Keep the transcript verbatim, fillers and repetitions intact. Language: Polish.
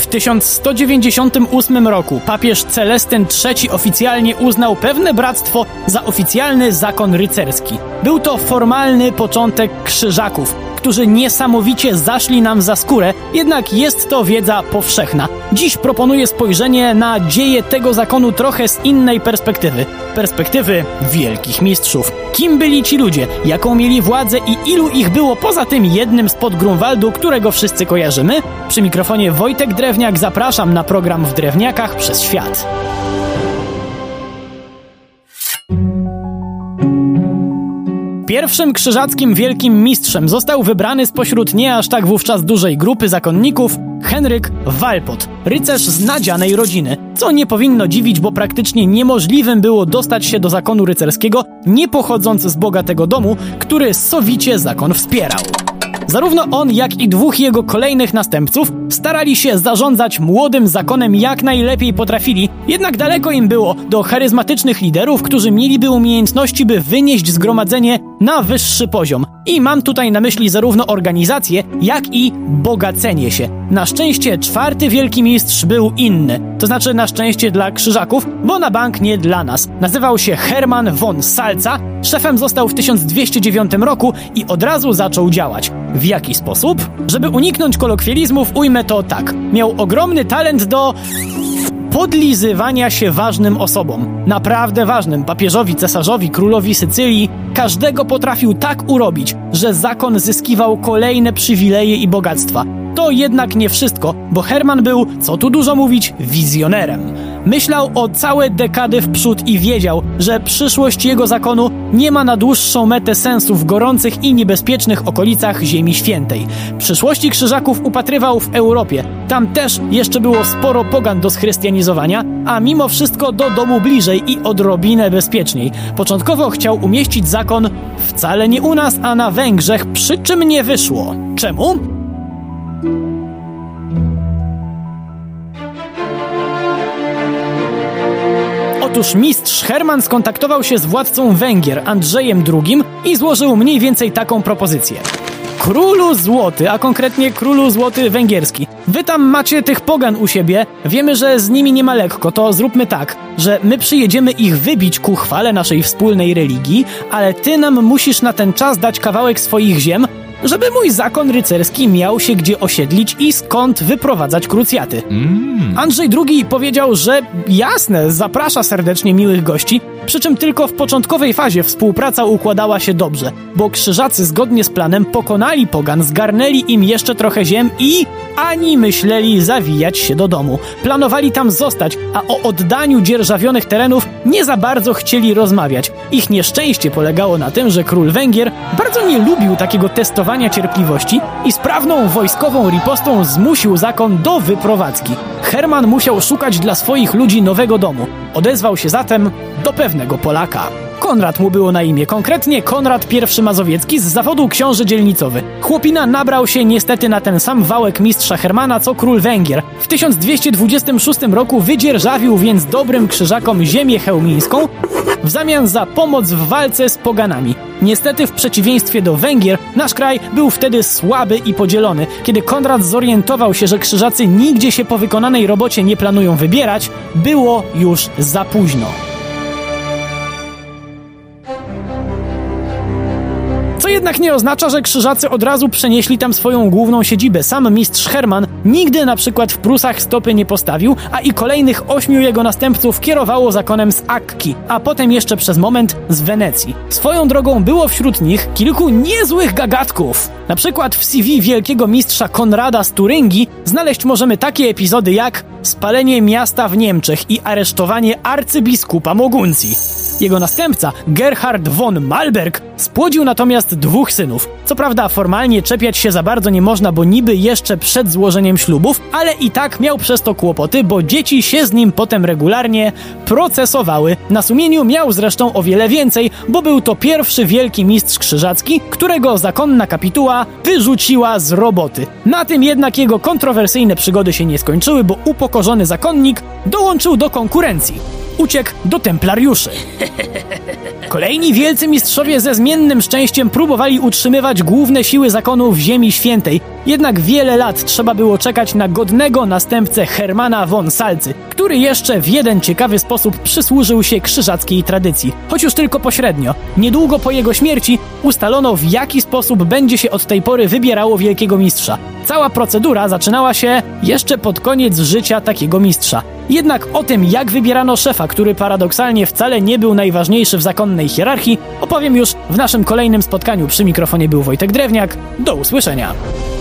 W tysiąc sto dziewięćdziesiątym ósmym roku papież Celestyn trzeci oficjalnie uznał pewne bractwo za oficjalny zakon rycerski. Był to formalny początek krzyżaków, którzy niesamowicie zaszli nam za skórę, jednak jest to wiedza powszechna. Dziś proponuję spojrzenie na dzieje tego zakonu trochę z innej perspektywy. Perspektywy wielkich mistrzów. Kim byli ci ludzie, jaką mieli władzę i ilu ich było poza tym jednym spod Grunwaldu, którego wszyscy kojarzymy? Przy mikrofonie Wojtek Drewniak, zapraszam na program W Drewniakach przez świat. Pierwszym krzyżackim wielkim mistrzem został wybrany spośród nie aż tak wówczas dużej grupy zakonników Henryk Walpot, rycerz z nadzianej rodziny, co nie powinno dziwić, bo praktycznie niemożliwym było dostać się do zakonu rycerskiego, nie pochodząc z bogatego domu, który sowicie zakon wspierał. Zarówno on, jak i dwóch jego kolejnych następców starali się zarządzać młodym zakonem jak najlepiej potrafili, jednak daleko im było do charyzmatycznych liderów, którzy mieliby umiejętności, by wynieść zgromadzenie na wyższy poziom. I mam tutaj na myśli zarówno organizację, jak i bogacenie się. Na szczęście czwarty wielki mistrz był inny, to znaczy na szczęście dla krzyżaków, bo na bank nie dla nas. Nazywał się Hermann von Salza, szefem został w tysiąc dwieście dziewiątym roku i od razu zaczął działać. W jaki sposób? Żeby uniknąć kolokwializmów, ujmę to tak. Miał ogromny talent do podlizywania się ważnym osobom. Naprawdę ważnym. Papieżowi, cesarzowi, królowi Sycylii. Każdego potrafił tak urobić, że zakon zyskiwał kolejne przywileje i bogactwa. To jednak nie wszystko, bo Hermann był, co tu dużo mówić, wizjonerem. Myślał o całe dekady w przód i wiedział, że przyszłość jego zakonu nie ma na dłuższą metę sensu w gorących i niebezpiecznych okolicach Ziemi Świętej. Przyszłości krzyżaków upatrywał w Europie. Tam też jeszcze było sporo pogan do schrystianizowania, a mimo wszystko do domu bliżej i odrobinę bezpieczniej. Początkowo chciał umieścić zakon wcale nie u nas, a na Węgrzech, przy czym nie wyszło. Czemu? Otóż mistrz Hermann skontaktował się z władcą Węgier, Andrzejem drugim, i złożył mniej więcej taką propozycję. Królu Złoty, a konkretnie Królu Złoty Węgierski, wy tam macie tych pogan u siebie, wiemy, że z nimi nie ma lekko, to zróbmy tak, że my przyjedziemy ich wybić ku chwale naszej wspólnej religii, ale ty nam musisz na ten czas dać kawałek swoich ziem, żeby mój zakon rycerski miał się gdzie osiedlić i skąd wyprowadzać krucjaty. Mm. Andrzej drugi powiedział, że jasne, zaprasza serdecznie miłych gości, przy czym tylko w początkowej fazie współpraca układała się dobrze, bo krzyżacy zgodnie z planem pokonali pogan, zgarnęli im jeszcze trochę ziem i ani myśleli zawijać się do domu. Planowali tam zostać, a o oddaniu dzierżawionych terenów nie za bardzo chcieli rozmawiać. Ich nieszczęście polegało na tym, że król Węgier bardzo nie lubił takiego testowania cierpliwości i sprawną wojskową ripostą zmusił zakon do wyprowadzki. Hermann musiał szukać dla swoich ludzi nowego domu. Odezwał się zatem do pewnego Polaka. Konrad mu było na imię, konkretnie Konrad I Mazowiecki, z zawodu książę dzielnicowy. Chłopina nabrał się niestety na ten sam wałek mistrza Hermana co król Węgier. W tysiąc dwieście dwudziestym szóstym roku wydzierżawił więc dobrym krzyżakom ziemię chełmińską w zamian za pomoc w walce z poganami. Niestety w przeciwieństwie do Węgier, nasz kraj był wtedy słaby i podzielony. Kiedy Konrad zorientował się, że krzyżacy nigdzie się po wykonanej robocie nie planują wybierać, było już za późno. Co jednak nie oznacza, że krzyżacy od razu przenieśli tam swoją główną siedzibę. Sam mistrz Hermann nigdy na przykład w Prusach stopy nie postawił, a i kolejnych ośmiu jego następców kierowało zakonem z Akki, a potem jeszcze przez moment z Wenecji. Swoją drogą było wśród nich kilku niezłych gagatków. Na przykład w C V wielkiego mistrza Konrada z Turyngii znaleźć możemy takie epizody jak spalenie miasta w Niemczech i aresztowanie arcybiskupa Moguncji. Jego następca, Gerhard von Malberg, spłodził natomiast dwóch synów. Co prawda formalnie czepiać się za bardzo nie można, bo niby jeszcze przed złożeniem ślubów, ale i tak miał przez to kłopoty, bo dzieci się z nim potem regularnie procesowały. Na sumieniu miał zresztą o wiele więcej, bo był to pierwszy wielki mistrz krzyżacki, którego zakonna kapituła wyrzuciła z roboty. Na tym jednak jego kontrowersyjne przygody się nie skończyły, bo upokorzony zakonnik dołączył do konkurencji. uciekł do templariuszy. Kolejni wielcy mistrzowie ze zmiennym szczęściem próbowali utrzymywać główne siły zakonu w Ziemi Świętej, jednak wiele lat trzeba było czekać na godnego następcę Hermana von Salcy, który jeszcze w jeden ciekawy sposób przysłużył się krzyżackiej tradycji, choć już tylko pośrednio. Niedługo po jego śmierci ustalono, w jaki sposób będzie się od tej pory wybierało wielkiego mistrza. Cała procedura zaczynała się jeszcze pod koniec życia takiego mistrza. Jednak o tym, jak wybierano szefa, który paradoksalnie wcale nie był najważniejszy w zakonnej hierarchii, opowiem już w naszym kolejnym spotkaniu. Przy mikrofonie był Wojtek Drewniak. Do usłyszenia.